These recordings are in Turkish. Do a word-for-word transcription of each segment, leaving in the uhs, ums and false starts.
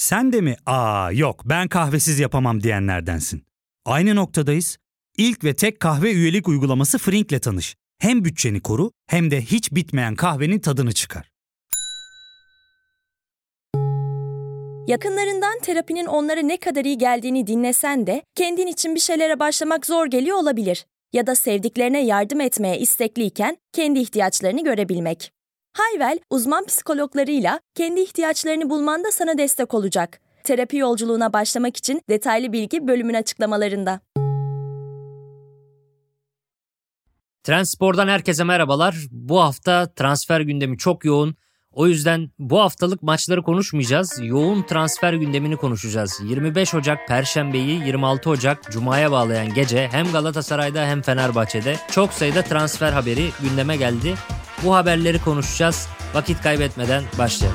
Sen de mi "Aa yok ben kahvesiz yapamam" diyenlerdensin? Aynı noktadayız. İlk ve tek kahve üyelik uygulaması Frink'le tanış. Hem bütçeni koru hem de hiç bitmeyen kahvenin tadını çıkar. Yakınlarından terapinin onlara ne kadar iyi geldiğini dinlesen de kendin için bir şeylere başlamak zor geliyor olabilir. Ya da sevdiklerine yardım etmeye istekliyken kendi ihtiyaçlarını görebilmek. Hayvel, uzman psikologlarıyla kendi ihtiyaçlarını bulmanda sana destek olacak. Terapi yolculuğuna başlamak için detaylı bilgi bölümün açıklamalarında. Trendspor'dan herkese merhabalar. Bu hafta transfer gündemi çok yoğun. O yüzden bu haftalık maçları konuşmayacağız. Yoğun transfer gündemini konuşacağız. yirmi beş Ocak Perşembeyi yirmi altı Ocak Cuma'ya bağlayan gece hem Galatasaray'da hem Fenerbahçe'de çok sayıda transfer haberi gündeme geldi. Bu haberleri konuşacağız. Vakit kaybetmeden başlayalım.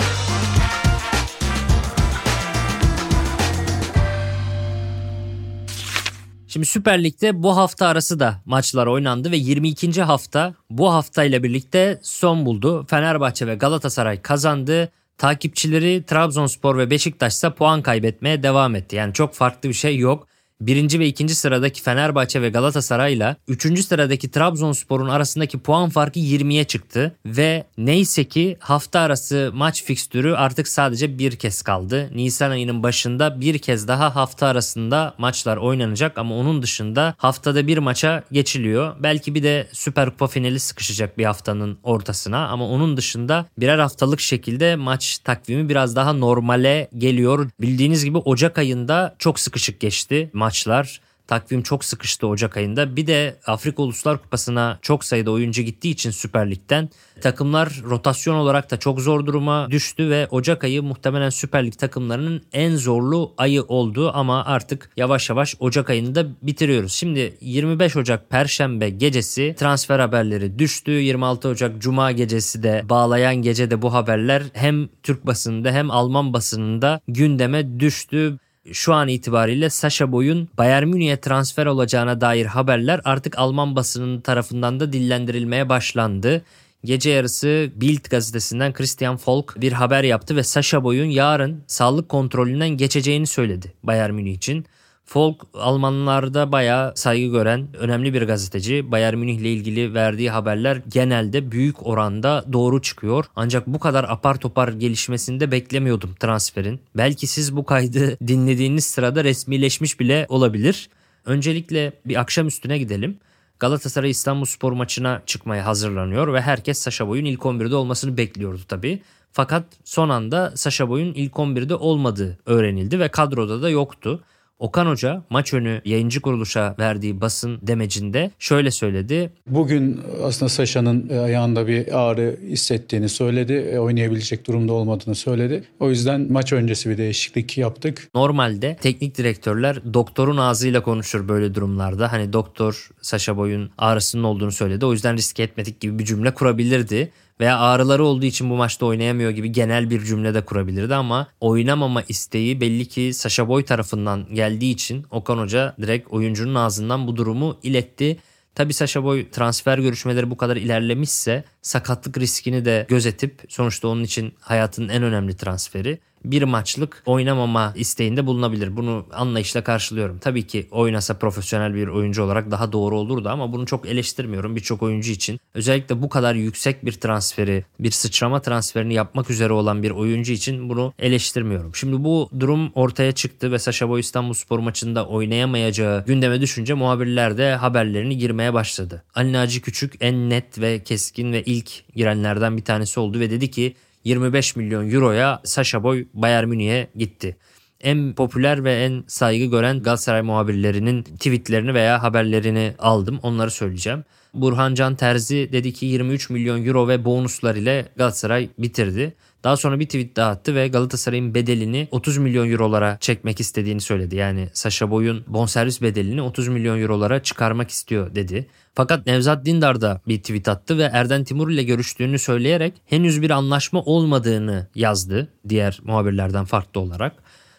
Şimdi Süper Lig'de bu hafta arası da maçlar oynandı ve yirmi ikinci hafta bu haftayla birlikte son buldu. Fenerbahçe ve Galatasaray kazandı. Takipçileri Trabzonspor ve Beşiktaş ise puan kaybetmeye devam etti. Yani çok farklı bir şey yok. Birinci ve ikinci sıradaki Fenerbahçe ve Galatasaray ile üçüncü sıradaki Trabzonspor'un arasındaki puan farkı yirmiye çıktı. Ve neyse ki hafta arası maç fikstürü artık sadece bir kez kaldı. Nisan ayının başında bir kez daha hafta arasında maçlar oynanacak ama onun dışında haftada bir maça geçiliyor. Belki bir de Süper Kupa finali sıkışacak bir haftanın ortasına ama onun dışında birer haftalık şekilde maç takvimi biraz daha normale geliyor. Bildiğiniz gibi Ocak ayında çok sıkışık geçti maçlar. Takvim çok sıkıştı Ocak ayında. Bir de Afrika Uluslar Kupası'na çok sayıda oyuncu gittiği için Süper Lig'den takımlar rotasyon olarak da çok zor duruma düştü ve Ocak ayı muhtemelen Süper Lig takımlarının en zorlu ayı oldu ama artık yavaş yavaş Ocak ayını da bitiriyoruz. Şimdi yirmi beş Ocak Perşembe gecesi transfer haberleri düştü. yirmi altı Ocak Cuma gecesi de bağlayan gecede bu haberler hem Türk basınında hem Alman basınında gündeme düştü. Şu an itibariyle Sacha Boey'un Bayern Münih'e transfer olacağına dair haberler artık Alman basının tarafından da dillendirilmeye başlandı. Gece yarısı Bild gazetesinden Christian Falk bir haber yaptı ve Sacha Boey'un yarın sağlık kontrolünden geçeceğini söyledi Bayern Münih için. Falk Almanlarda bayağı saygı gören önemli bir gazeteci. Bayern Münih ile ilgili verdiği haberler genelde büyük oranda doğru çıkıyor. Ancak bu kadar apar topar gelişmesini de beklemiyordum transferin. Belki siz bu kaydı dinlediğiniz sırada resmileşmiş bile olabilir. Öncelikle bir akşam üstüne gidelim. Galatasaray İstanbulspor maçına çıkmaya hazırlanıyor ve herkes Sacha Boey'un ilk on birde olmasını bekliyordu tabii. Fakat son anda Sacha Boey'un ilk on birde olmadığı öğrenildi ve kadroda da yoktu. Okan Hoca maç önü yayıncı kuruluşa verdiği basın demecinde şöyle söyledi. Bugün aslında Sacha'nın ayağında bir ağrı hissettiğini söyledi. Oynayabilecek durumda olmadığını söyledi. O yüzden maç öncesi bir değişiklik yaptık. Normalde teknik direktörler doktorun ağzıyla konuşur böyle durumlarda. Hani doktor Sacha Boey'un ağrısının olduğunu söyledi. O yüzden riske etmedik gibi bir cümle kurabilirdi. Veya ağrıları olduğu için bu maçta oynayamıyor gibi genel bir cümle de kurabilirdi ama oynamama isteği belli ki Sacha Boey tarafından geldiği için Okan Hoca direkt oyuncunun ağzından bu durumu iletti. Tabii Sacha Boey transfer görüşmeleri bu kadar ilerlemişse sakatlık riskini de gözetip sonuçta onun için hayatının en önemli transferi bir maçlık oynamama isteğinde bulunabilir. Bunu anlayışla karşılıyorum. Tabii ki oynasa profesyonel bir oyuncu olarak daha doğru olurdu ama bunu çok eleştirmiyorum birçok oyuncu için. Özellikle bu kadar yüksek bir transferi, bir sıçrama transferini yapmak üzere olan bir oyuncu için bunu eleştirmiyorum. Şimdi bu durum ortaya çıktı ve Sacha Boey İstanbulspor maçında oynayamayacağı gündeme düşünce muhabirler de haberlerini girmeye başladı. Ali Naci Küçük en net ve keskin ve ilk girenlerden bir tanesi oldu ve dedi ki yirmi beş milyon euroya Sacha Boey Bayern Münih'e gitti. En popüler ve en saygı gören Galatasaray muhabirlerinin tweetlerini veya haberlerini aldım. Onları söyleyeceğim. Burhan Can Terzi dedi ki yirmi üç milyon euro ve bonuslar ile Galatasaray bitirdi. Daha sonra bir tweet daha attı ve Galatasaray'ın bedelini otuz milyon eurolara çekmek istediğini söyledi. Yani Sacha Boey'un bonservis bedelini otuz milyon eurolara çıkarmak istiyor dedi. Fakat Nevzat Dindar da bir tweet attı ve Erden Timur ile görüştüğünü söyleyerek henüz bir anlaşma olmadığını yazdı diğer muhabirlerden farklı olarak.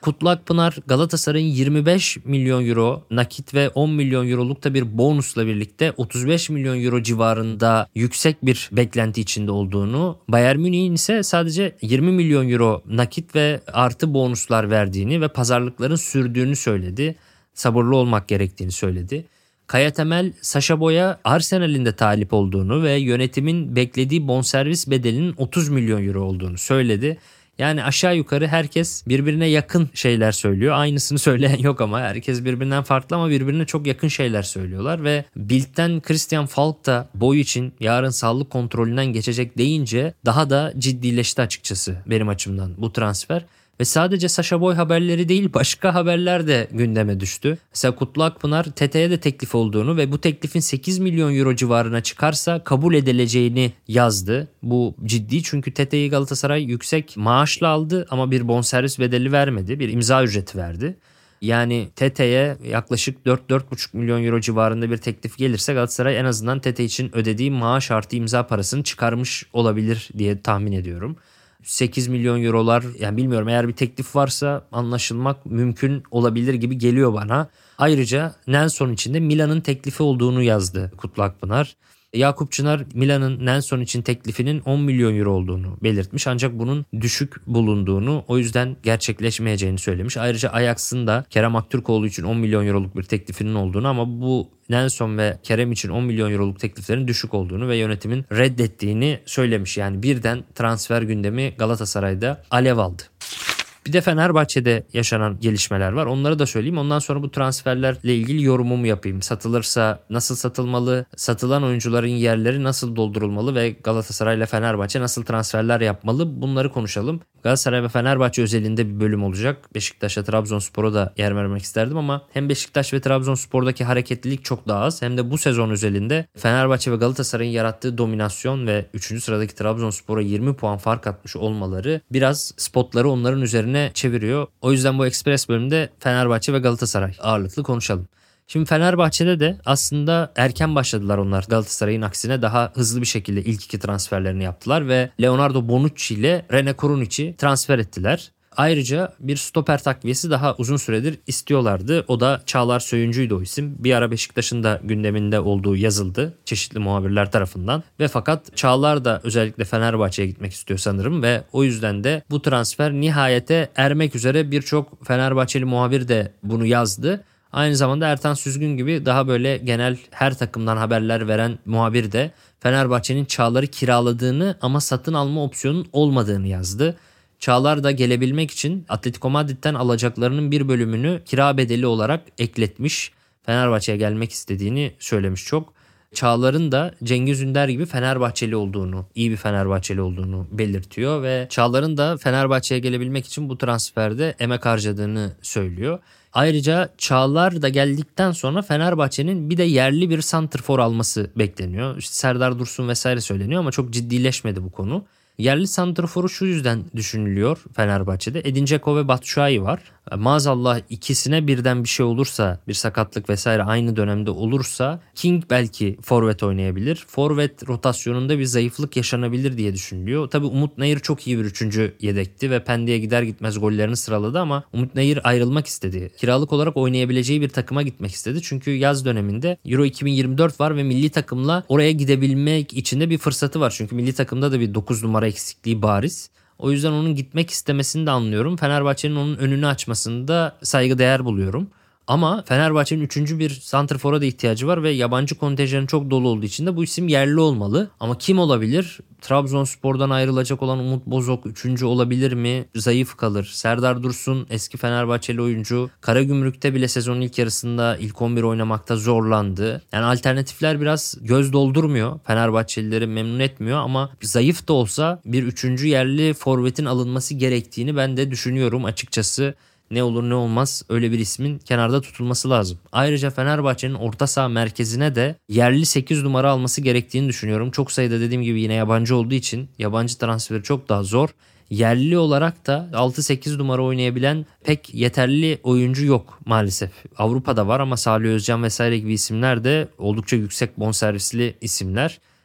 Kutlu Akpınar Galatasaray'ın yirmi beş milyon euro nakit ve on milyon euroluk da bir bonusla birlikte otuz beş milyon euro civarında yüksek bir beklenti içinde olduğunu, Bayern Münih'in ise sadece yirmi milyon euro nakit ve artı bonuslar verdiğini ve pazarlıkların sürdüğünü söyledi. Sabırlı olmak gerektiğini söyledi. Kaya Temel, Sacha Boey'a Arsenal'in de talip olduğunu ve yönetimin beklediği bonservis bedelinin otuz milyon euro olduğunu söyledi. Yani aşağı yukarı herkes birbirine yakın şeyler söylüyor. Aynısını söyleyen yok ama herkes birbirinden farklı ama birbirine çok yakın şeyler söylüyorlar. Ve Bild'den Christian Falk da Boey için yarın sağlık kontrolünden geçecek deyince daha da ciddileşti açıkçası benim açımdan bu transfer. Ve sadece Sacha Boey haberleri değil, başka haberler de gündeme düştü. Mesela Kutlu Akpınar T T'ye de teklif olduğunu ve bu teklifin sekiz milyon euro civarına çıkarsa kabul edileceğini yazdı. Bu ciddi, çünkü T T'yi Galatasaray yüksek maaşla aldı ama bir bonservis bedeli vermedi, bir imza ücreti verdi. Yani T T'ye yaklaşık dört dört buçuk milyon euro civarında bir teklif gelirse Galatasaray en azından T T için ödediği maaş artı imza parasını çıkarmış olabilir diye tahmin ediyorum. sekiz milyon eurolar, yani bilmiyorum, eğer bir teklif varsa anlaşılmak mümkün olabilir gibi geliyor bana. Ayrıca Nelson için de Milan'ın teklifi olduğunu yazdı Kutlu Akpınar. Yakup Çınar Milan'ın Nelson için teklifinin on milyon euro olduğunu belirtmiş, ancak bunun düşük bulunduğunu, o yüzden gerçekleşmeyeceğini söylemiş. Ayrıca Ajax'ın da Kerem Aktürkoğlu için on milyon euroluk bir teklifinin olduğunu ama bu Nelson ve Kerem için on milyon euroluk tekliflerin düşük olduğunu ve yönetimin reddettiğini söylemiş. Yani birden transfer gündemi Galatasaray'da alev aldı. Bir de Fenerbahçe'de yaşanan gelişmeler var. Onları da söyleyeyim. Ondan sonra bu transferlerle ilgili yorumumu yapayım. Satılırsa nasıl satılmalı? Satılan oyuncuların yerleri nasıl doldurulmalı ve Galatasaray ile Fenerbahçe nasıl transferler yapmalı? Bunları konuşalım. Galatasaray ve Fenerbahçe özelinde bir bölüm olacak. Beşiktaş'la Trabzonspor'a da yer vermek isterdim ama hem Beşiktaş ve Trabzonspor'daki hareketlilik çok daha az, hem de bu sezon özelinde Fenerbahçe ve Galatasaray'ın yarattığı dominasyon ve üçüncü sıradaki Trabzonspor'a yirmi puan fark atmış olmaları biraz spotları onların üzerine çeviriyor. O yüzden bu Express bölümünde Fenerbahçe ve Galatasaray ağırlıklı konuşalım. Şimdi Fenerbahçe'de de aslında erken başladılar onlar. Galatasaray'ın aksine daha hızlı bir şekilde ilk iki transferlerini yaptılar ve Leonardo Bonucci ile Rene Kurunic'i transfer ettiler. Ayrıca bir stoper takviyesi daha uzun süredir istiyorlardı. O da Çağlar Söyüncü'ydü o isim. Bir ara Beşiktaş'ın da gündeminde olduğu yazıldı çeşitli muhabirler tarafından. Ve fakat Çağlar da özellikle Fenerbahçe'ye gitmek istiyor sanırım ve o yüzden de bu transfer nihayete ermek üzere. Birçok Fenerbahçeli muhabir de bunu yazdı. Aynı zamanda Ertan Süzgün gibi daha böyle genel her takımdan haberler veren muhabir de Fenerbahçe'nin Çağlar'ı kiraladığını ama satın alma opsiyonunun olmadığını yazdı. Çağlar da gelebilmek için Atletico Madrid'den alacaklarının bir bölümünü kira bedeli olarak ekletmiş. Fenerbahçe'ye gelmek istediğini söylemiş çok. Çağlar'ın da Cengiz Ünder gibi Fenerbahçeli olduğunu, iyi bir Fenerbahçeli olduğunu belirtiyor ve Çağlar'ın da Fenerbahçe'ye gelebilmek için bu transferde emek harcadığını söylüyor. Ayrıca Çağlar da geldikten sonra Fenerbahçe'nin bir de yerli bir santrfor alması bekleniyor. İşte Serdar Dursun vesaire söyleniyor ama çok ciddileşmedi bu konu. Yerli santraforu şu yüzden düşünülüyor Fenerbahçe'de. Edin Dzeko ve Batshuayi var. Maazallah ikisine birden bir şey olursa, bir sakatlık vesaire aynı dönemde olursa King belki forvet oynayabilir. Forvet rotasyonunda bir zayıflık yaşanabilir diye düşünülüyor. Tabii Umut Nayır çok iyi bir üçüncü yedekti ve Pendik'e gider gitmez gollerini sıraladı ama Umut Nayır ayrılmak istedi. Kiralık olarak oynayabileceği bir takıma gitmek istedi. Çünkü yaz döneminde Euro iki bin yirmi dört var ve milli takımla oraya gidebilmek için de bir fırsatı var. Çünkü milli takımda da bir dokuz numara eksikliği bariz. O yüzden onun gitmek istemesini de anlıyorum. Fenerbahçe'nin onun önünü açmasını da saygıdeğer buluyorum. Ama Fenerbahçe'nin üçüncü bir santrfora da ihtiyacı var ve yabancı kontenjanı çok dolu olduğu için de bu isim yerli olmalı. Ama kim olabilir? Trabzonspor'dan ayrılacak olan Umut Bozok üçüncü olabilir mi? Zayıf kalır. Serdar Dursun eski Fenerbahçeli oyuncu. Karagümrük'te bile sezonun ilk yarısında ilk on bir oynamakta zorlandı. Yani alternatifler biraz göz doldurmuyor. Fenerbahçelileri memnun etmiyor ama zayıf da olsa bir üçüncü yerli forvetin alınması gerektiğini ben de düşünüyorum açıkçası. Ne olur ne olmaz öyle bir ismin kenarda tutulması lazım. Ayrıca Fenerbahçe'nin orta saha merkezine de yerli sekiz numara alması gerektiğini düşünüyorum. Çok sayıda dediğim gibi yine yabancı olduğu için yabancı transferi çok daha zor. Yerli olarak da altı sekiz numara oynayabilen pek yeterli oyuncu yok maalesef. Avrupa'da var ama Salih Özcan vesaire gibi isimler de oldukça yüksek bonservisli isimler.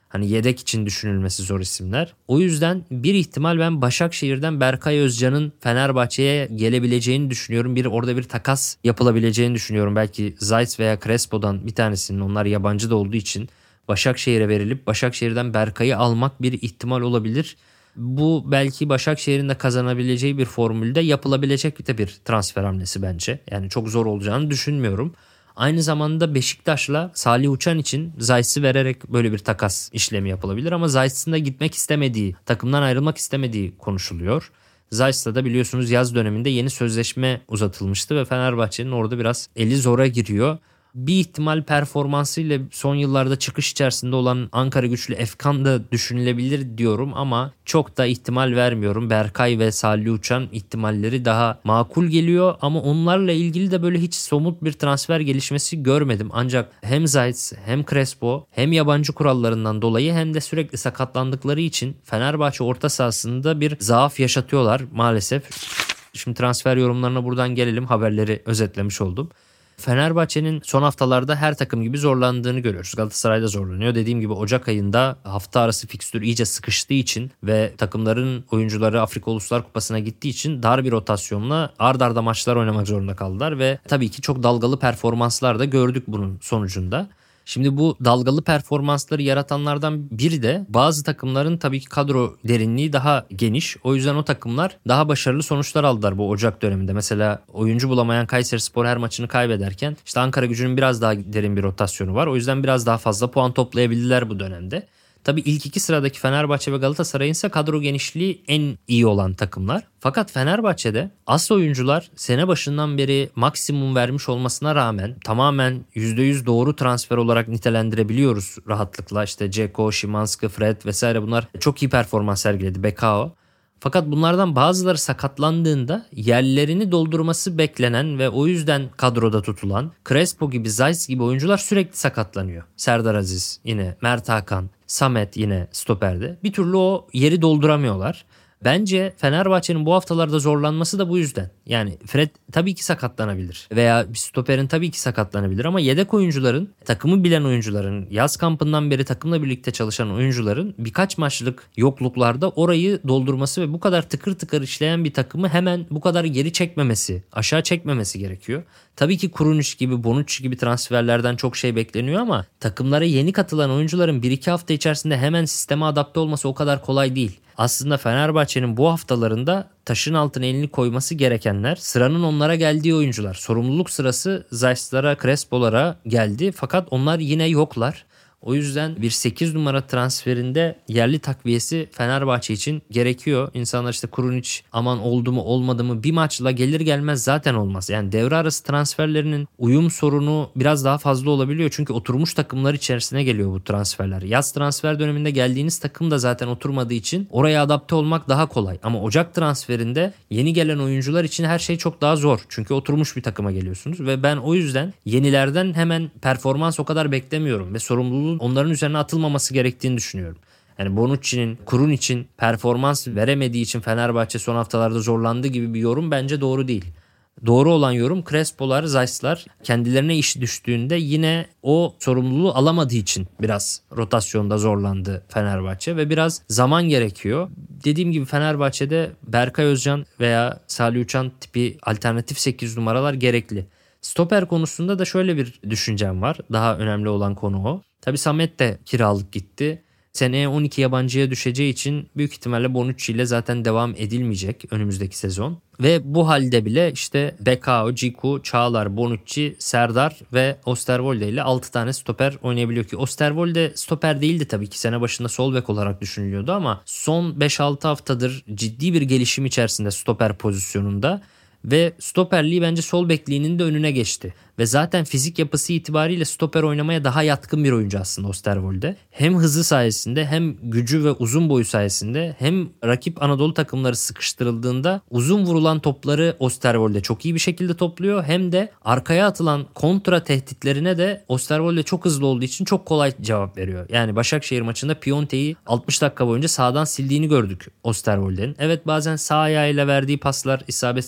Hani yedek için düşünülmesi zor isimler. O yüzden bir ihtimal ben Başakşehir'den Berkay Özcan'ın Fenerbahçe'ye gelebileceğini düşünüyorum. Bir orada bir takas yapılabileceğini düşünüyorum. Belki Zayt veya Crespo'dan bir tanesinin, onlar yabancı da olduğu için Başakşehir'e verilip Başakşehir'den Berkay'ı almak bir ihtimal olabilir. Bu belki Başakşehir'in de kazanabileceği bir formülde yapılabilecek de bir transfer hamlesi bence. Yani çok zor olacağını düşünmüyorum. Aynı zamanda Beşiktaş'la Salih Uçan için Zayt'sı vererek böyle bir takas işlemi yapılabilir. Ama Zayt'sın da gitmek istemediği, takımdan ayrılmak istemediği konuşuluyor. Zayt'la da biliyorsunuz yaz döneminde yeni sözleşme uzatılmıştı ve Fenerbahçe'nin orada biraz eli zora giriyor. Bir ihtimal performansıyla son yıllarda çıkış içerisinde olan Ankara Güçlü Efkan da düşünülebilir diyorum ama çok da ihtimal vermiyorum. Berkay ve Salih Uçan ihtimalleri daha makul geliyor ama onlarla ilgili de böyle hiç somut bir transfer gelişmesi görmedim. Ancak hem Zayt hem Crespo hem yabancı kurallarından dolayı hem de sürekli sakatlandıkları için Fenerbahçe orta sahasında bir zaaf yaşatıyorlar maalesef. Şimdi transfer yorumlarına buradan gelelim, haberleri özetlemiş oldum. Fenerbahçe'nin son haftalarda her takım gibi zorlandığını görüyoruz. Galatasaray da zorlanıyor. Dediğim gibi Ocak ayında hafta arası fikstür iyice sıkıştığı için ve takımların oyuncuları Afrika Uluslar Kupası'na gittiği için dar bir rotasyonla ard arda maçlar oynamak zorunda kaldılar ve tabii ki çok dalgalı performanslar da gördük bunun sonucunda. Şimdi bu dalgalı performansları yaratanlardan biri de bazı takımların tabii ki kadro derinliği daha geniş. O yüzden o takımlar daha başarılı sonuçlar aldılar bu Ocak döneminde. Mesela oyuncu bulamayan Kayserispor her maçını kaybederken işte Ankara Gücü'nün biraz daha derin bir rotasyonu var. O yüzden biraz daha fazla puan toplayabildiler bu dönemde. Tabii ilk iki sıradaki Fenerbahçe ve Galatasaray'ın ise kadro genişliği en iyi olan takımlar. Fakat Fenerbahçe'de asıl oyuncular sene başından beri maksimum vermiş olmasına rağmen tamamen yüzde yüz doğru transfer olarak nitelendirebiliyoruz rahatlıkla. İşte Dzeko, Szymański, Fred vesaire, bunlar çok iyi performans sergiledi. Bekao. Fakat bunlardan bazıları sakatlandığında yerlerini doldurması beklenen ve o yüzden kadroda tutulan Crespo gibi, Zayt gibi oyuncular sürekli sakatlanıyor. Serdar Aziz yine, Mert Hakan, Samet yine stoperde. Bir türlü o yeri dolduramıyorlar. Bence Fenerbahçe'nin bu haftalarda zorlanması da bu yüzden. Yani Fred tabii ki sakatlanabilir veya bir stoperin tabii ki sakatlanabilir ama yedek oyuncuların, takımı bilen oyuncuların, yaz kampından beri takımla birlikte çalışan oyuncuların birkaç maçlık yokluklarda orayı doldurması ve bu kadar tıkır tıkır işleyen bir takımı hemen bu kadar geri çekmemesi, aşağı çekmemesi gerekiyor. Tabii ki Krunic gibi, Bonucci gibi transferlerden çok şey bekleniyor ama takımlara yeni katılan oyuncuların bir iki hafta içerisinde hemen sisteme adapte olması o kadar kolay değil. Aslında Fenerbahçe'nin bu haftalarında taşın altına elini koyması gerekenler, sıranın onlara geldiği oyuncular. Sorumluluk sırası Zayt'lara, Crespo'lara geldi fakat onlar yine yoklar. O yüzden bir sekiz numara transferinde yerli takviyesi Fenerbahçe için gerekiyor. İnsanlar işte Krunic aman oldu mu olmadı mı, bir maçla gelir gelmez zaten olmaz. Yani devre arası transferlerinin uyum sorunu biraz daha fazla olabiliyor. Çünkü oturmuş takımlar içerisine geliyor bu transferler. Yaz transfer döneminde geldiğiniz takım da zaten oturmadığı için oraya adapte olmak daha kolay. Ama Ocak transferinde yeni gelen oyuncular için her şey çok daha zor. Çünkü oturmuş bir takıma geliyorsunuz ve ben o yüzden yenilerden hemen performans o kadar beklemiyorum ve sorumluluğu onların üzerine atılmaması gerektiğini düşünüyorum. Yani Bonucci'nin, Krunic'in performans veremediği için Fenerbahçe son haftalarda zorlandı gibi bir yorum bence doğru değil. Doğru olan yorum Crespo'lar, Zayt'lar kendilerine iş düştüğünde yine o sorumluluğu alamadığı için biraz rotasyonda zorlandı Fenerbahçe ve biraz zaman gerekiyor. Dediğim gibi Fenerbahçe'de Berkay Özcan veya Salih Uçan tipi alternatif sekiz numaralar gerekli. Stoper konusunda da şöyle bir düşüncem var. Daha önemli olan konu o. Tabii Samet de kiralık gitti. Seneye on iki yabancıya düşeceği için büyük ihtimalle Bonucci ile zaten devam edilmeyecek önümüzdeki sezon. Ve bu halde bile işte Bekao, Ciku, Çağlar, Bonucci, Serdar ve Osterwolde ile altı tane stoper oynayabiliyor ki Osterwolde stoper değildi tabii ki, sene başında sol bek olarak düşünülüyordu ama son beş altı haftadır ciddi bir gelişim içerisinde stoper pozisyonunda. Ve stoperliği bence sol bekliğinin de önüne geçti. Ve zaten fizik yapısı itibariyle stoper oynamaya daha yatkın bir oyuncu aslında Osterwolde. Hem hızı sayesinde hem gücü ve uzun boyu sayesinde hem rakip Anadolu takımları sıkıştırıldığında uzun vurulan topları Osterwolde çok iyi bir şekilde topluyor. Hem de arkaya atılan kontra tehditlerine de Osterwolde çok hızlı olduğu için çok kolay cevap veriyor. Yani Başakşehir maçında Piontek'i altmış dakika boyunca sağdan sildiğini gördük Osterwolde'nin. Evet, bazen sağ ayağıyla verdiği paslar isabetsiz vesaire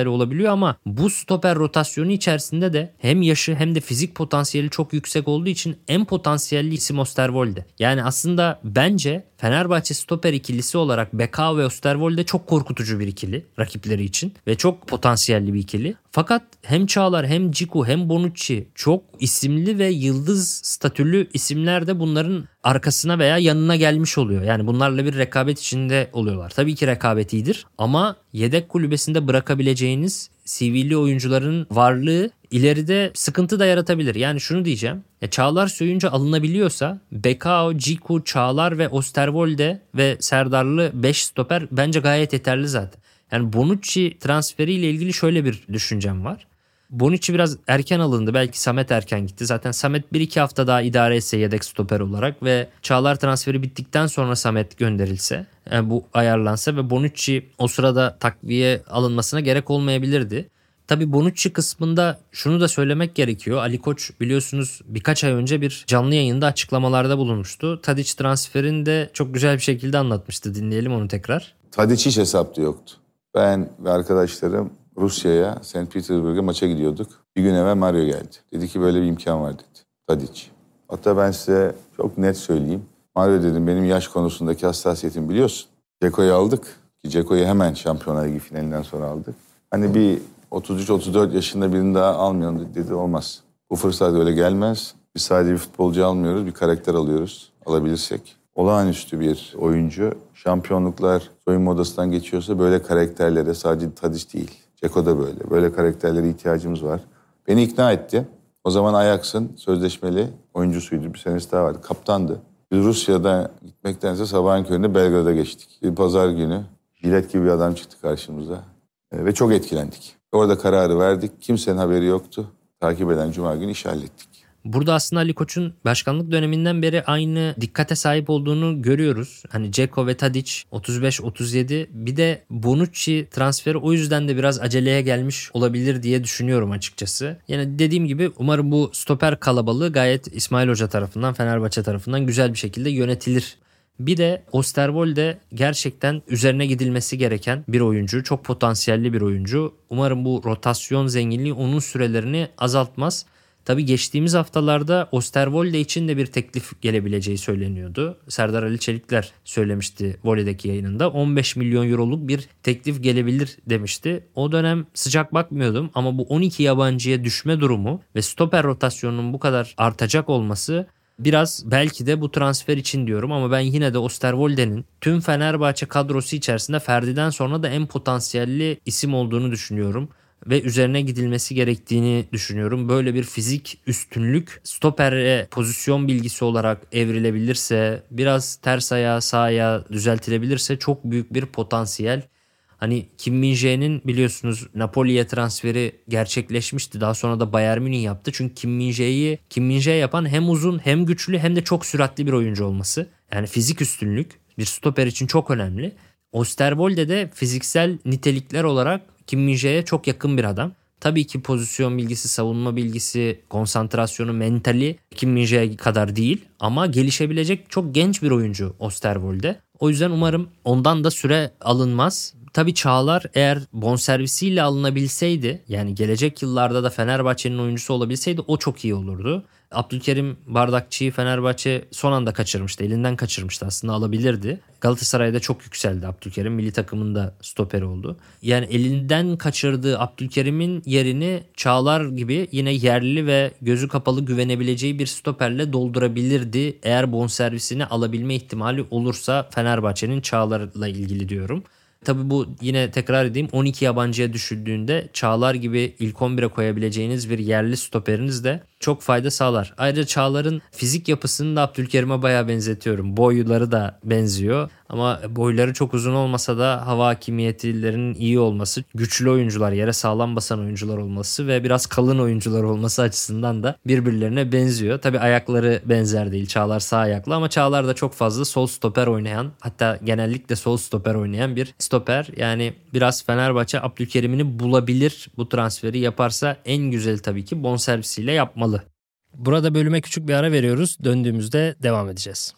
vesaire olabiliyor ama bu stoper rotasyonu içerisinde de hem yaşı hem de fizik potansiyeli çok yüksek olduğu için en potansiyelli isim Osterwolde. Yani aslında bence Fenerbahçe stoper ikilisi olarak Bekao ve Osterwolde çok korkutucu bir ikili rakipleri için ve çok potansiyelli bir ikili. Fakat hem Çağlar hem Ciku hem Bonucci çok isimli ve yıldız statülü isimler de bunların arkasına veya yanına gelmiş oluyor. Yani bunlarla bir rekabet içinde oluyorlar. Tabii ki rekabet iyidir ama yedek kulübesinde bırakabileceğiniz C V'li oyuncuların varlığı ileride sıkıntı da yaratabilir. Yani şunu diyeceğim. Ya Çağlar Söyüncü alınabiliyorsa Bekao, Ciku, Çağlar ve Osterwolde ve Serdarlı beş stoper bence gayet yeterli zaten. Yani Bonucci transferiyle ilgili şöyle bir düşüncem var. Bonucci biraz erken alındı. Belki Samet erken gitti. Zaten Samet bir iki hafta daha idare etse yedek stoper olarak ve Çağlar transferi bittikten sonra Samet gönderilse, yani bu ayarlansa ve Bonucci o sırada takviye alınmasına gerek olmayabilirdi. Tabii Bonucci kısmında şunu da söylemek gerekiyor. Ali Koç biliyorsunuz birkaç ay önce bir canlı yayında açıklamalarda bulunmuştu. Tadic transferini de çok güzel bir şekilde anlatmıştı. Dinleyelim onu tekrar. Tadic hiç hesapta yoktu. Ben ve arkadaşlarım Rusya'ya, Saint Petersburg'a maça gidiyorduk. Bir gün evvel Mario geldi. Dedi ki böyle bir imkan var dedi. Tadic. Hatta ben size çok net söyleyeyim. Mario dedim benim yaş konusundaki hassasiyetimi biliyorsun. Ceko'yu aldık. Ki Ceko'yu hemen Şampiyonlar Ligi finalinden sonra aldık. Hani bir otuz üç otuz dört yaşında birini daha almayalım dedi, dedi olmaz. Bu fırsat öyle gelmez. Biz sadece bir futbolcu almıyoruz, bir karakter alıyoruz. Alabilirsek. Olağanüstü bir oyuncu. Şampiyonluklar soyunma odasından geçiyorsa böyle karakterlere, sadece Tadic değil. Ceko da böyle. Böyle karakterlere ihtiyacımız var. Beni ikna etti. O zaman Ajax'ın sözleşmeli oyuncusuydu. Bir senesi daha vardı. Kaptandı. Biz Rusya'da gitmektense sabahın köründe Belgrad'a geçtik. Bir pazar günü jilet gibi bir adam çıktı karşımıza. E, ve çok etkilendik. Orada kararı verdik. Kimsenin haberi yoktu. Takip eden Cuma günü iş hallettik. Burada aslında Ali Koç'un başkanlık döneminden beri aynı dikkate sahip olduğunu görüyoruz. Hani Ceko ve Tadic otuz beş otuz yedi, bir de Bonucci transferi o yüzden de biraz aceleye gelmiş olabilir diye düşünüyorum açıkçası. Yani dediğim gibi umarım bu stoper kalabalığı gayet İsmail Hoca tarafından, Fenerbahçe tarafından güzel bir şekilde yönetilir. Bir de Osterwolde gerçekten üzerine gidilmesi gereken bir oyuncu. Çok potansiyelli bir oyuncu. Umarım bu rotasyon zenginliği onun sürelerini azaltmaz. Tabii geçtiğimiz haftalarda Osterwolde için de bir teklif gelebileceği söyleniyordu. Serdar Ali Çelikler söylemişti Vole'deki yayınında. on beş milyon euroluk bir teklif gelebilir demişti. O dönem sıcak bakmıyordum ama bu on iki yabancıya düşme durumu ve stoper rotasyonunun bu kadar artacak olması biraz belki de bu transfer için diyorum ama ben yine de Osterwolde'nin tüm Fenerbahçe kadrosu içerisinde Ferdi'den sonra da en potansiyelli isim olduğunu düşünüyorum. Ve üzerine gidilmesi gerektiğini düşünüyorum. Böyle bir fizik üstünlük stopere pozisyon bilgisi olarak evrilebilirse, biraz ters ayağı sağ ayağı düzeltilebilirse çok büyük bir potansiyel. Hani Kim Min-jae'nin biliyorsunuz Napoli'ye transferi gerçekleşmişti. Daha sonra da Bayern Münih yaptı. Çünkü Kim Min-jae'yi Kim Min-jae yapan hem uzun hem güçlü hem de çok süratli bir oyuncu olması. Yani fizik üstünlük bir stoper için çok önemli. Osterwolde de fiziksel nitelikler olarak Kim Min-jae'ye çok yakın bir adam. Tabii ki pozisyon bilgisi, savunma bilgisi, konsantrasyonu, mentali Kim Min-jae kadar değil ama gelişebilecek çok genç bir oyuncu Osterwolde. O yüzden umarım ondan da süre alınmaz. Tabii Çağlar eğer bonservisiyle alınabilseydi, yani gelecek yıllarda da Fenerbahçe'nin oyuncusu olabilseydi o çok iyi olurdu. Abdülkerim Bardakçı'yı Fenerbahçe son anda kaçırmıştı. Elinden kaçırmıştı, aslında alabilirdi. Galatasaray'da çok yükseldi Abdülkerim. Milli takımında stoperi oldu. Yani elinden kaçırdığı Abdülkerim'in yerini Çağlar gibi yine yerli ve gözü kapalı güvenebileceği bir stoperle doldurabilirdi. Eğer bonservisini alabilme ihtimali olursa Fenerbahçe'nin Çağlar'la ilgili diyorum. Tabii bu yine tekrar edeyim on iki yabancıya düşüldüğünde Çağlar gibi ilk on bire koyabileceğiniz bir yerli stoperiniz de çok fayda sağlar. Ayrıca Çağlar'ın fizik yapısını da Abdülkerim'e bayağı benzetiyorum. Boyları da benziyor ama boyları çok uzun olmasa da hava hakimiyetlerinin iyi olması, güçlü oyuncular, yere sağlam basan oyuncular olması ve biraz kalın oyuncular olması açısından da birbirlerine benziyor. Tabii ayakları benzer değil. Çağlar sağ ayaklı ama Çağlar da çok fazla sol stoper oynayan, hatta genellikle sol stoper oynayan bir stoper. Yani biraz Fenerbahçe Abdülkerim'ini bulabilir, bu transferi yaparsa en güzel tabii ki bonservisiyle yapmalı. Burada bölüme küçük bir ara veriyoruz. Döndüğümüzde devam edeceğiz.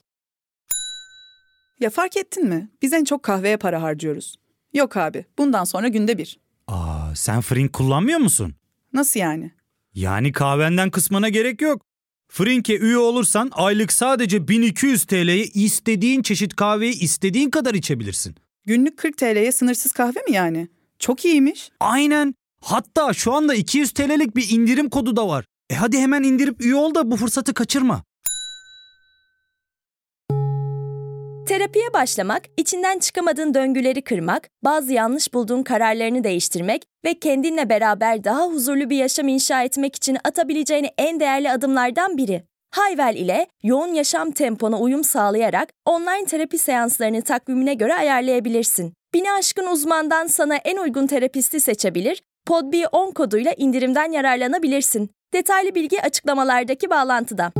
Ya fark ettin mi? Biz en çok kahveye para harcıyoruz. Yok abi, bundan sonra günde bir. Aa, Sen Frink kullanmıyor musun? Nasıl yani? Yani kahvenden kısmına gerek yok. Frink'e üye olursan aylık sadece bin iki yüz T L'ye istediğin çeşit kahveyi istediğin kadar içebilirsin. Günlük kırk T L'ye sınırsız kahve mi yani? Çok iyiymiş. Aynen. Hatta şu anda iki yüz T L'lik bir indirim kodu da var. E hadi hemen indirip üye ol da bu fırsatı kaçırma. Terapiye başlamak, içinden çıkamadığın döngüleri kırmak, bazı yanlış bulduğun kararlarını değiştirmek ve kendinle beraber daha huzurlu bir yaşam inşa etmek için atabileceğin en değerli adımlardan biri. Hayvel ile yoğun yaşam tempona uyum sağlayarak online terapi seanslarını takvimine göre ayarlayabilirsin. Bini aşkın uzmandan sana en uygun terapisti seçebilir, Podb on koduyla indirimden yararlanabilirsin. Detaylı bilgi açıklamalardaki bağlantıda.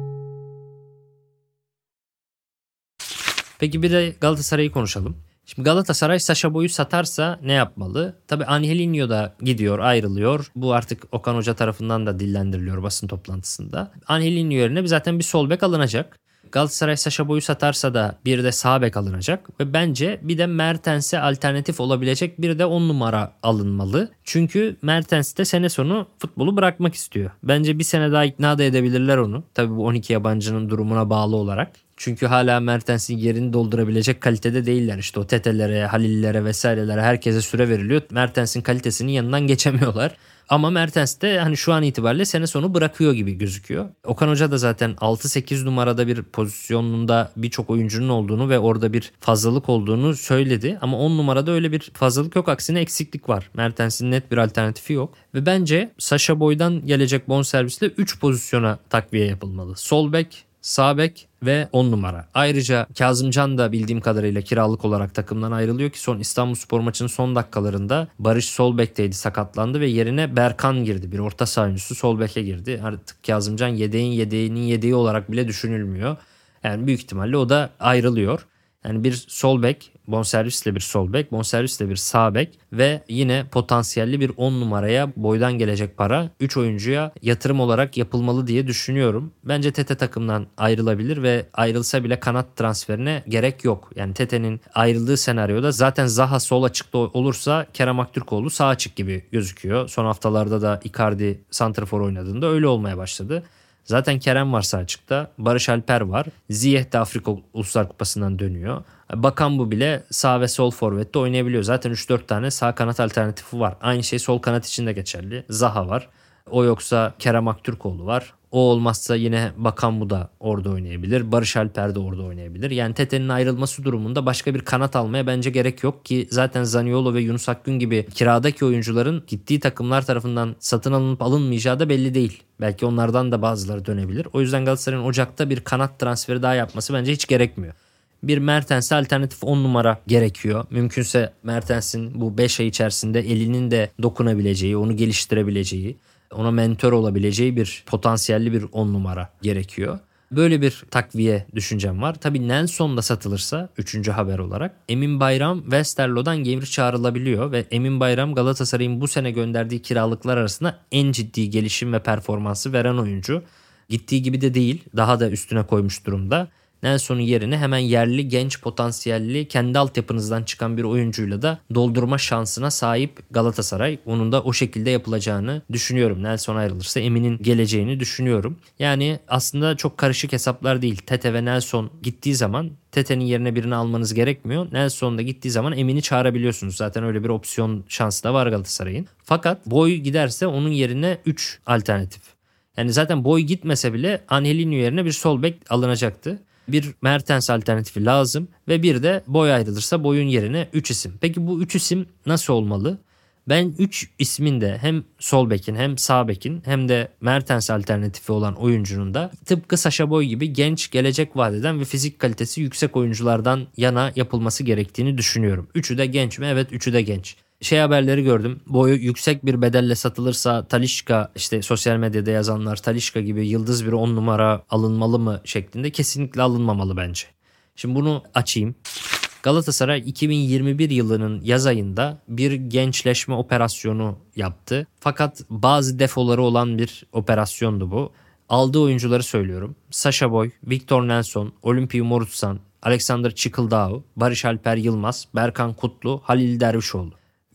Peki bir de Galatasaray'ı konuşalım. Şimdi Galatasaray Sacha Boey'u satarsa ne yapmalı? Tabii Angelinho da gidiyor, ayrılıyor. Bu artık Okan Hoca tarafından da dillendiriliyor basın toplantısında. Angelinho yerine zaten bir sol bek alınacak. Galatasaray Sacha Boey'u satarsa da bir de sağ bek alınacak. Ve bence bir de Mertens'e alternatif olabilecek bir de on numara alınmalı. Çünkü Mertens de sene sonu futbolu bırakmak istiyor. Bence bir sene daha ikna da edebilirler onu. Tabii bu on iki yabancının durumuna bağlı olarak. Çünkü hala Mertens'in yerini doldurabilecek kalitede değiller. İşte o Tete'lere, Halil'lere vesairelere herkese süre veriliyor. Mertens'in kalitesinin yanından geçemiyorlar. Ama Mertens de hani şu an itibariyle sene sonu bırakıyor gibi gözüküyor. Okan Hoca da zaten altı sekiz numarada bir pozisyonunda birçok oyuncunun olduğunu ve orada bir fazlalık olduğunu söyledi. Ama on numarada öyle bir fazlalık yok. Aksine eksiklik var. Mertens'in net bir alternatifi yok. Ve bence Sacha Boey'dan gelecek bonservisle üç pozisyona takviye yapılmalı. Sol bek, sağ bek ve on numara. Ayrıca Kazımcan da bildiğim kadarıyla kiralık olarak takımdan ayrılıyor ki son İstanbulspor maçının son dakikalarında Barış sol bekteydi, sakatlandı ve yerine Berkan girdi. Bir orta saha oyuncusu sol beke girdi. Artık Kazımcan yedeğin yedeğinin yedeği olarak bile düşünülmüyor. Yani büyük ihtimalle o da ayrılıyor. Yani bir sol bek, bonservisle bir sol bek, bonservisle bir sağ bek ve yine potansiyelli bir on numaraya boydan gelecek para üç oyuncuya yatırım olarak yapılmalı diye düşünüyorum. Bence Tete takımdan ayrılabilir ve ayrılsa bile kanat transferine gerek yok. Yani Tete'nin ayrıldığı senaryoda zaten Zaha sol açıkta olursa Kerem Aktürkoğlu sağ açık gibi gözüküyor. Son haftalarda da Icardi santrafor oynadığında öyle olmaya başladı. Zaten Kerem var sağ açıkta. Barış Alper var. Ziyech de Afrika Uluslar Kupası'ndan dönüyor. Bakan bu bile sağ ve sol forvette oynayabiliyor. Zaten üç dört tane sağ kanat alternatifi var. Aynı şey sol kanat için de geçerli. Zaha var. O yoksa Kerem Aktürkoğlu var. O olmazsa yine Bakan bu da orada oynayabilir. Barış Alper de orada oynayabilir. Yani Tete'nin ayrılması durumunda başka bir kanat almaya bence gerek yok ki zaten Zaniolo ve Yunus Akgün gibi kiradaki oyuncuların gittiği takımlar tarafından satın alınıp alınmayacağı da belli değil. Belki onlardan da bazıları dönebilir. O yüzden Galatasaray'ın Ocak'ta bir kanat transferi daha yapması bence hiç gerekmiyor. Bir Mertens'e alternatif on numara gerekiyor. Mümkünse Mertens'in bu beş ay içerisinde elinin de dokunabileceği, onu geliştirebileceği, ona mentor olabileceği bir potansiyelli bir on numara gerekiyor. Böyle bir takviye düşüncem var. Tabii Nelson da satılırsa üçüncü haber olarak Emin Bayram Westerlo'dan geri çağrılabiliyor ve Emin Bayram Galatasaray'ın bu sene gönderdiği kiralıklar arasında en ciddi gelişim ve performansı veren oyuncu. Gittiği gibi de değil, daha da üstüne koymuş durumda. Nelson'un yerine hemen yerli, genç, potansiyelli, kendi altyapınızdan çıkan bir oyuncuyla da doldurma şansına sahip Galatasaray. Onun da o şekilde yapılacağını düşünüyorum. Nelson ayrılırsa Emin'in geleceğini düşünüyorum. Yani aslında çok karışık hesaplar değil. Tete ve Nelson gittiği zaman Tete'nin yerine birini almanız gerekmiyor. Nelson da gittiği zaman Emin'i çağırabiliyorsunuz. Zaten öyle bir opsiyon şansı da var Galatasaray'ın. Fakat Boy giderse onun yerine üç alternatif. Yani zaten Boy gitmese bile Angelinho yerine bir sol bek alınacaktı. Bir Mertens alternatifi lazım ve bir de Boy ayrılırsa Boy'un yerine üç isim. Peki bu üç isim nasıl olmalı? Ben üç ismin de hem sol bekin hem sağ bekin hem de Mertens alternatifi olan oyuncunun da tıpkı Sacha Boey gibi genç, gelecek vadeden ve fizik kalitesi yüksek oyunculardan yana yapılması gerektiğini düşünüyorum. Üçü de genç mi? Evet, üçü de genç. Şey haberleri gördüm. Boyu yüksek bir bedelle satılırsa Talisca, işte sosyal medyada yazanlar Talisca gibi yıldız bir on numara alınmalı mı şeklinde, kesinlikle alınmamalı bence. Şimdi bunu açayım. Galatasaray iki bin yirmi bir yılının yaz ayında bir gençleşme operasyonu yaptı. Fakat bazı defoları olan bir operasyondu bu. Aldığı oyuncuları söylüyorum. Sacha Boey, Victor Nelson, Olimpiy Morutsan, Alexander Çıkıldağ, Barış Alper Yılmaz, Berkan Kutlu, Halil Dervişoğlu.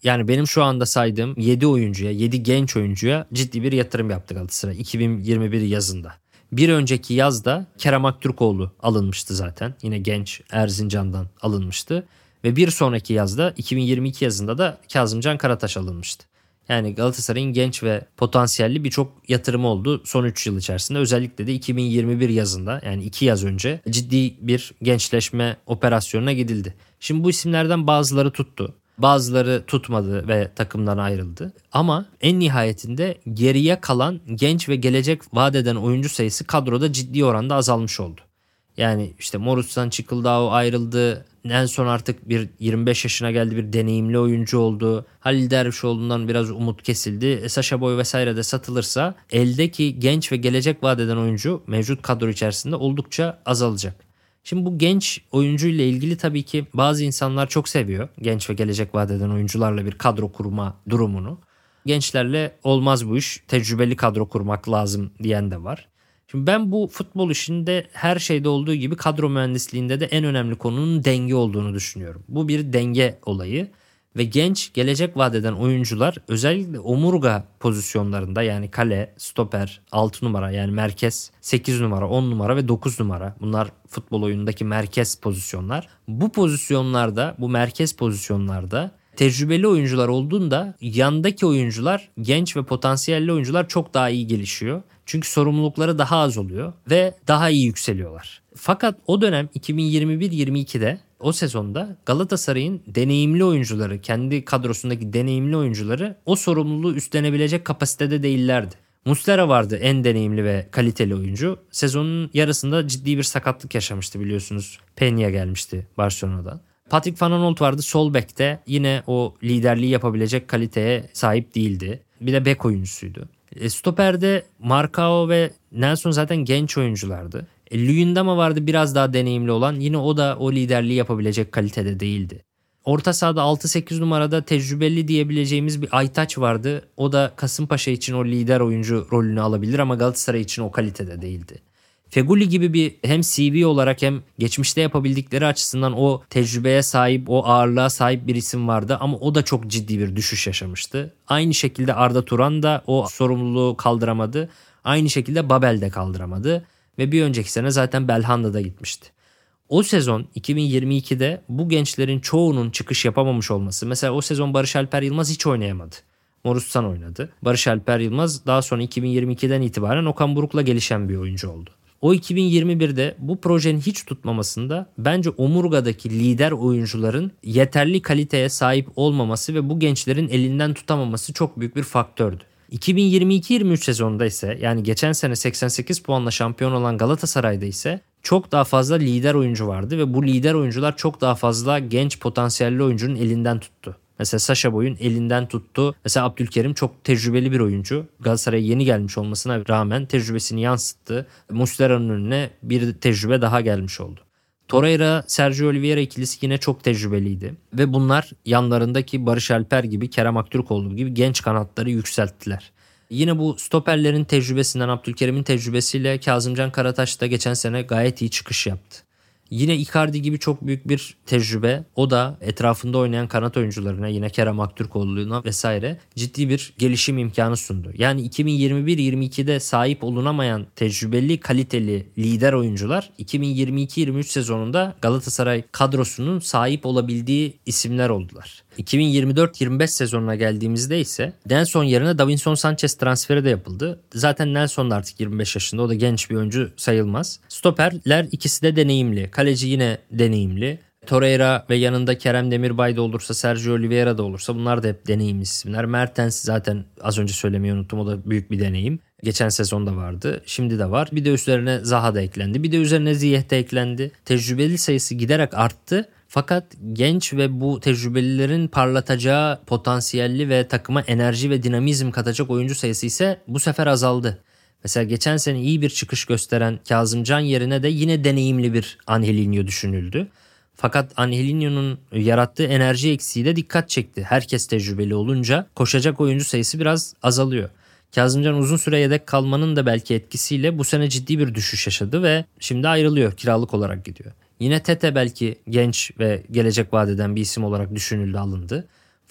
Yani benim şu anda saydığım yedi oyuncuya, yedi genç oyuncuya ciddi bir yatırım yaptı Galatasaray iki bin yirmi bir yazında. Bir önceki yazda Kerem Aktürkoğlu alınmıştı zaten. Yine genç Erzincan'dan alınmıştı. Ve bir sonraki yazda iki bin yirmi iki yazında da Kazımcan Karataş alınmıştı. Yani Galatasaray'ın genç ve potansiyelli birçok yatırımı oldu son üç yıl içerisinde. Özellikle de iki bin yirmi bir yazında, yani iki yaz önce ciddi bir gençleşme operasyonuna gidildi. Şimdi bu isimlerden bazıları tuttu. Bazıları tutmadı ve takımdan ayrıldı. Ama en nihayetinde geriye kalan genç ve gelecek vaat eden oyuncu sayısı kadroda ciddi oranda azalmış oldu. Yani işte Morutz'tan Çıkıldao ayrıldı. Nelson artık bir yirmi beş yaşına geldi, bir deneyimli oyuncu oldu. Halil Dervişoğlu'ndan biraz umut kesildi. E, Sacha Boey vesaire de satılırsa eldeki genç ve gelecek vaat eden oyuncu mevcut kadro içerisinde oldukça azalacak. Şimdi bu genç oyuncu ile ilgili tabii ki bazı insanlar çok seviyor genç ve gelecek vaat eden oyuncularla bir kadro kurma durumunu. Gençlerle olmaz bu iş, tecrübeli kadro kurmak lazım diyen de var. Şimdi ben bu futbol işinde her şeyde olduğu gibi kadro mühendisliğinde de en önemli konunun denge olduğunu düşünüyorum. Bu bir denge olayı ve genç gelecek vaat eden oyuncular özellikle omurga pozisyonlarında, yani kale, stoper, altı numara yani merkez, sekiz numara, on numara ve dokuz numara, bunlar futbol oyunundaki merkez pozisyonlar. Bu pozisyonlarda, bu merkez pozisyonlarda tecrübeli oyuncular olduğunda yandaki oyuncular, genç ve potansiyelli oyuncular çok daha iyi gelişiyor. Çünkü sorumlulukları daha az oluyor ve daha iyi yükseliyorlar. Fakat o dönem iki bin yirmi bir yirmi ikide, o sezonda Galatasaray'ın deneyimli oyuncuları, kendi kadrosundaki deneyimli oyuncuları o sorumluluğu üstlenebilecek kapasitede değillerdi. Muslera vardı en deneyimli ve kaliteli oyuncu. Sezonun yarısında ciddi bir sakatlık yaşamıştı biliyorsunuz. Peña gelmişti Barcelona'dan. Patrick Van Aanholt vardı sol bekte. Yine o liderliği yapabilecek kaliteye sahip değildi. Bir de bek oyuncusuydu. E, Stoper'de Marcao ve Nelson zaten genç oyunculardı. E, Luyendama vardı biraz daha deneyimli olan. Yine o da o liderliği yapabilecek kalitede değildi. Orta sahada altı sekiz numarada tecrübeli diyebileceğimiz bir Aytaç vardı. O da Kasımpaşa için o lider oyuncu rolünü alabilir ama Galatasaray için o kalitede değildi. Feguli gibi bir hem C V olarak hem geçmişte yapabildikleri açısından o tecrübeye sahip, o ağırlığa sahip bir isim vardı ama o da çok ciddi bir düşüş yaşamıştı. Aynı şekilde Arda Turan da o sorumluluğu kaldıramadı. Aynı şekilde Babel de kaldıramadı ve bir önceki sene zaten Belhanda da gitmişti. O sezon iki bin yirmi ikide bu gençlerin çoğunun çıkış yapamamış olması, mesela o sezon Barış Alper Yılmaz hiç oynayamadı. Morutz'tan oynadı. Barış Alper Yılmaz daha sonra iki bin yirmi ikiden itibaren Okan Buruk'la gelişen bir oyuncu oldu. O iki bin yirmi birde bu projenin hiç tutmamasında bence omurgadaki lider oyuncuların yeterli kaliteye sahip olmaması ve bu gençlerin elinden tutamaması çok büyük bir faktördü. iki bin yirmi iki yirmi üç sezonunda ise, yani geçen sene seksen sekiz puanla şampiyon olan Galatasaray'da ise çok daha fazla lider oyuncu vardı ve bu lider oyuncular çok daha fazla genç potansiyelli oyuncunun elinden tuttu. Mesela Sacha Boey'un elinden tuttu. Mesela Abdülkerim çok tecrübeli bir oyuncu. Galatasaray'a yeni gelmiş olmasına rağmen tecrübesini yansıttı. Muslera'nın önüne bir tecrübe daha gelmiş oldu. Torreira, Sergio Oliveira ikilisi yine çok tecrübeliydi. Ve bunlar yanlarındaki Barış Alper gibi, Kerem Aktürkoğlu gibi genç kanatları yükselttiler. Yine bu stoperlerin tecrübesinden, Abdülkerim'in tecrübesiyle Kazımcan Karataş da geçen sene gayet iyi çıkış yaptı. Yine Icardi gibi çok büyük bir tecrübe. O da etrafında oynayan kanat oyuncularına, yine Kerem Aktürkoğlu'na vesaire ciddi bir gelişim imkanı sundu. Yani iki bin yirmi bir yirmi ikide sahip olunamayan tecrübeli, kaliteli lider oyuncular iki bin yirmi iki yirmi üç sezonunda Galatasaray kadrosunun sahip olabildiği isimler oldular. iki bin yirmi dört yirmi beş sezonuna geldiğimizde ise Nelson yerine Davinson Sanchez transferi de yapıldı. Zaten Nelson da artık yirmi beş yaşında, o da genç bir oyuncu sayılmaz. Stoperler ikisi de deneyimli. Kaleci yine deneyimli. Torreira ve yanında Kerem Demirbay da olursa, Sergio Oliveira da olursa bunlar da hep deneyimli isimler. Mertens zaten az önce söylemeyi unuttum, o da büyük bir deneyim. Geçen sezonda vardı, şimdi de var. Bir de üzerine Zaha da eklendi. Bir de üzerine Ziyech de eklendi. Tecrübeli sayısı giderek arttı. Fakat genç ve bu tecrübelilerin parlatacağı potansiyelli ve takıma enerji ve dinamizm katacak oyuncu sayısı ise bu sefer azaldı. Mesela geçen sene iyi bir çıkış gösteren Kazımcan yerine de yine deneyimli bir Angelinho düşünüldü. Fakat Angelinho'nun yarattığı enerji eksiği de dikkat çekti. Herkes tecrübeli olunca koşacak oyuncu sayısı biraz azalıyor. Kazımcan uzun süre yedek kalmanın da belki etkisiyle bu sene ciddi bir düşüş yaşadı ve şimdi ayrılıyor, kiralık olarak gidiyor. Yine Tete belki genç ve gelecek vaat eden bir isim olarak düşünüldü, alındı.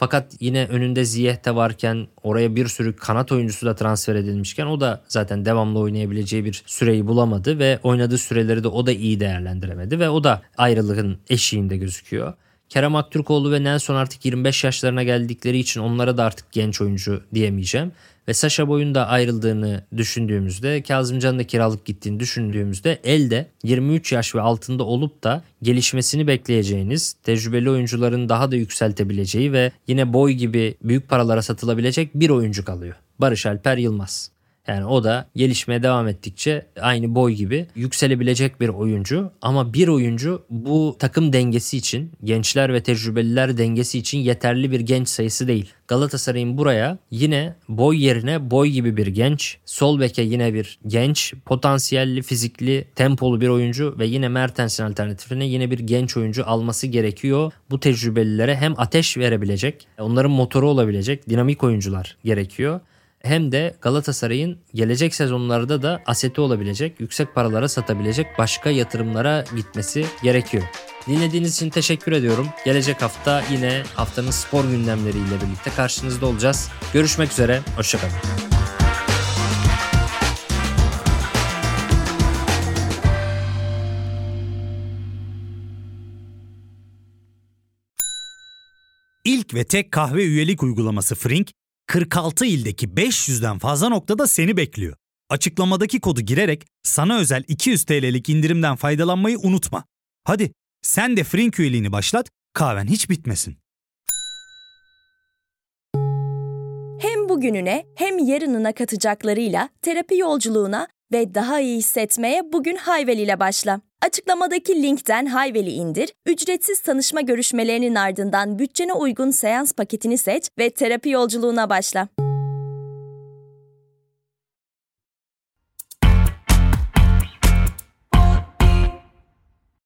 Fakat yine önünde Ziyech de varken, oraya bir sürü kanat oyuncusu da transfer edilmişken o da zaten devamlı oynayabileceği bir süreyi bulamadı ve oynadığı süreleri de o da iyi değerlendiremedi ve o da ayrılığın eşiğinde gözüküyor. Kerem Aktürkoğlu ve Nelson artık yirmi beş yaşlarına geldikleri için onlara da artık genç oyuncu diyemeyeceğim. Ve Sacha Boey'un da ayrıldığını düşündüğümüzde, Kazımcan'ın da kiralık gittiğini düşündüğümüzde elde yirmi üç yaş ve altında olup da gelişmesini bekleyeceğiniz, tecrübeli oyuncuların daha da yükseltebileceği ve yine Boey gibi büyük paralara satılabilecek bir oyuncu kalıyor. Barış Alper Yılmaz. Yani o da gelişmeye devam ettikçe aynı Boey gibi yükselebilecek bir oyuncu. Ama bir oyuncu bu takım dengesi için, gençler ve tecrübeliler dengesi için yeterli bir genç sayısı değil. Galatasaray'ın buraya yine Boey yerine Boey gibi bir genç, sol beke yine bir genç, potansiyelli, fizikli, tempolu bir oyuncu ve yine Mertens'in alternatifine yine bir genç oyuncu alması gerekiyor. Bu tecrübelilere hem ateş verebilecek, onların motoru olabilecek dinamik oyuncular gerekiyor. Hem de Galatasaray'ın gelecek sezonlarda da aseti olabilecek, yüksek paralara satabilecek başka yatırımlara gitmesi gerekiyor. Dinlediğiniz için teşekkür ediyorum. Gelecek hafta yine haftanın spor gündemleriyle birlikte karşınızda olacağız. Görüşmek üzere, hoşçakalın. İlk ve tek kahve üyelik uygulaması Frink, kırk altı ildeki beş yüzden fazla noktada seni bekliyor. Açıklamadaki kodu girerek sana özel iki yüz TL'lik indirimden faydalanmayı unutma. Hadi sen de Frink üyeliğini başlat, kahven hiç bitmesin. Hem bugününe hem yarınına katacaklarıyla terapi yolculuğuna ve daha iyi hissetmeye bugün Hayvel ile başla. Açıklamadaki linkten Hayvel'i indir, ücretsiz tanışma görüşmelerinin ardından bütçene uygun seans paketini seç ve terapi yolculuğuna başla.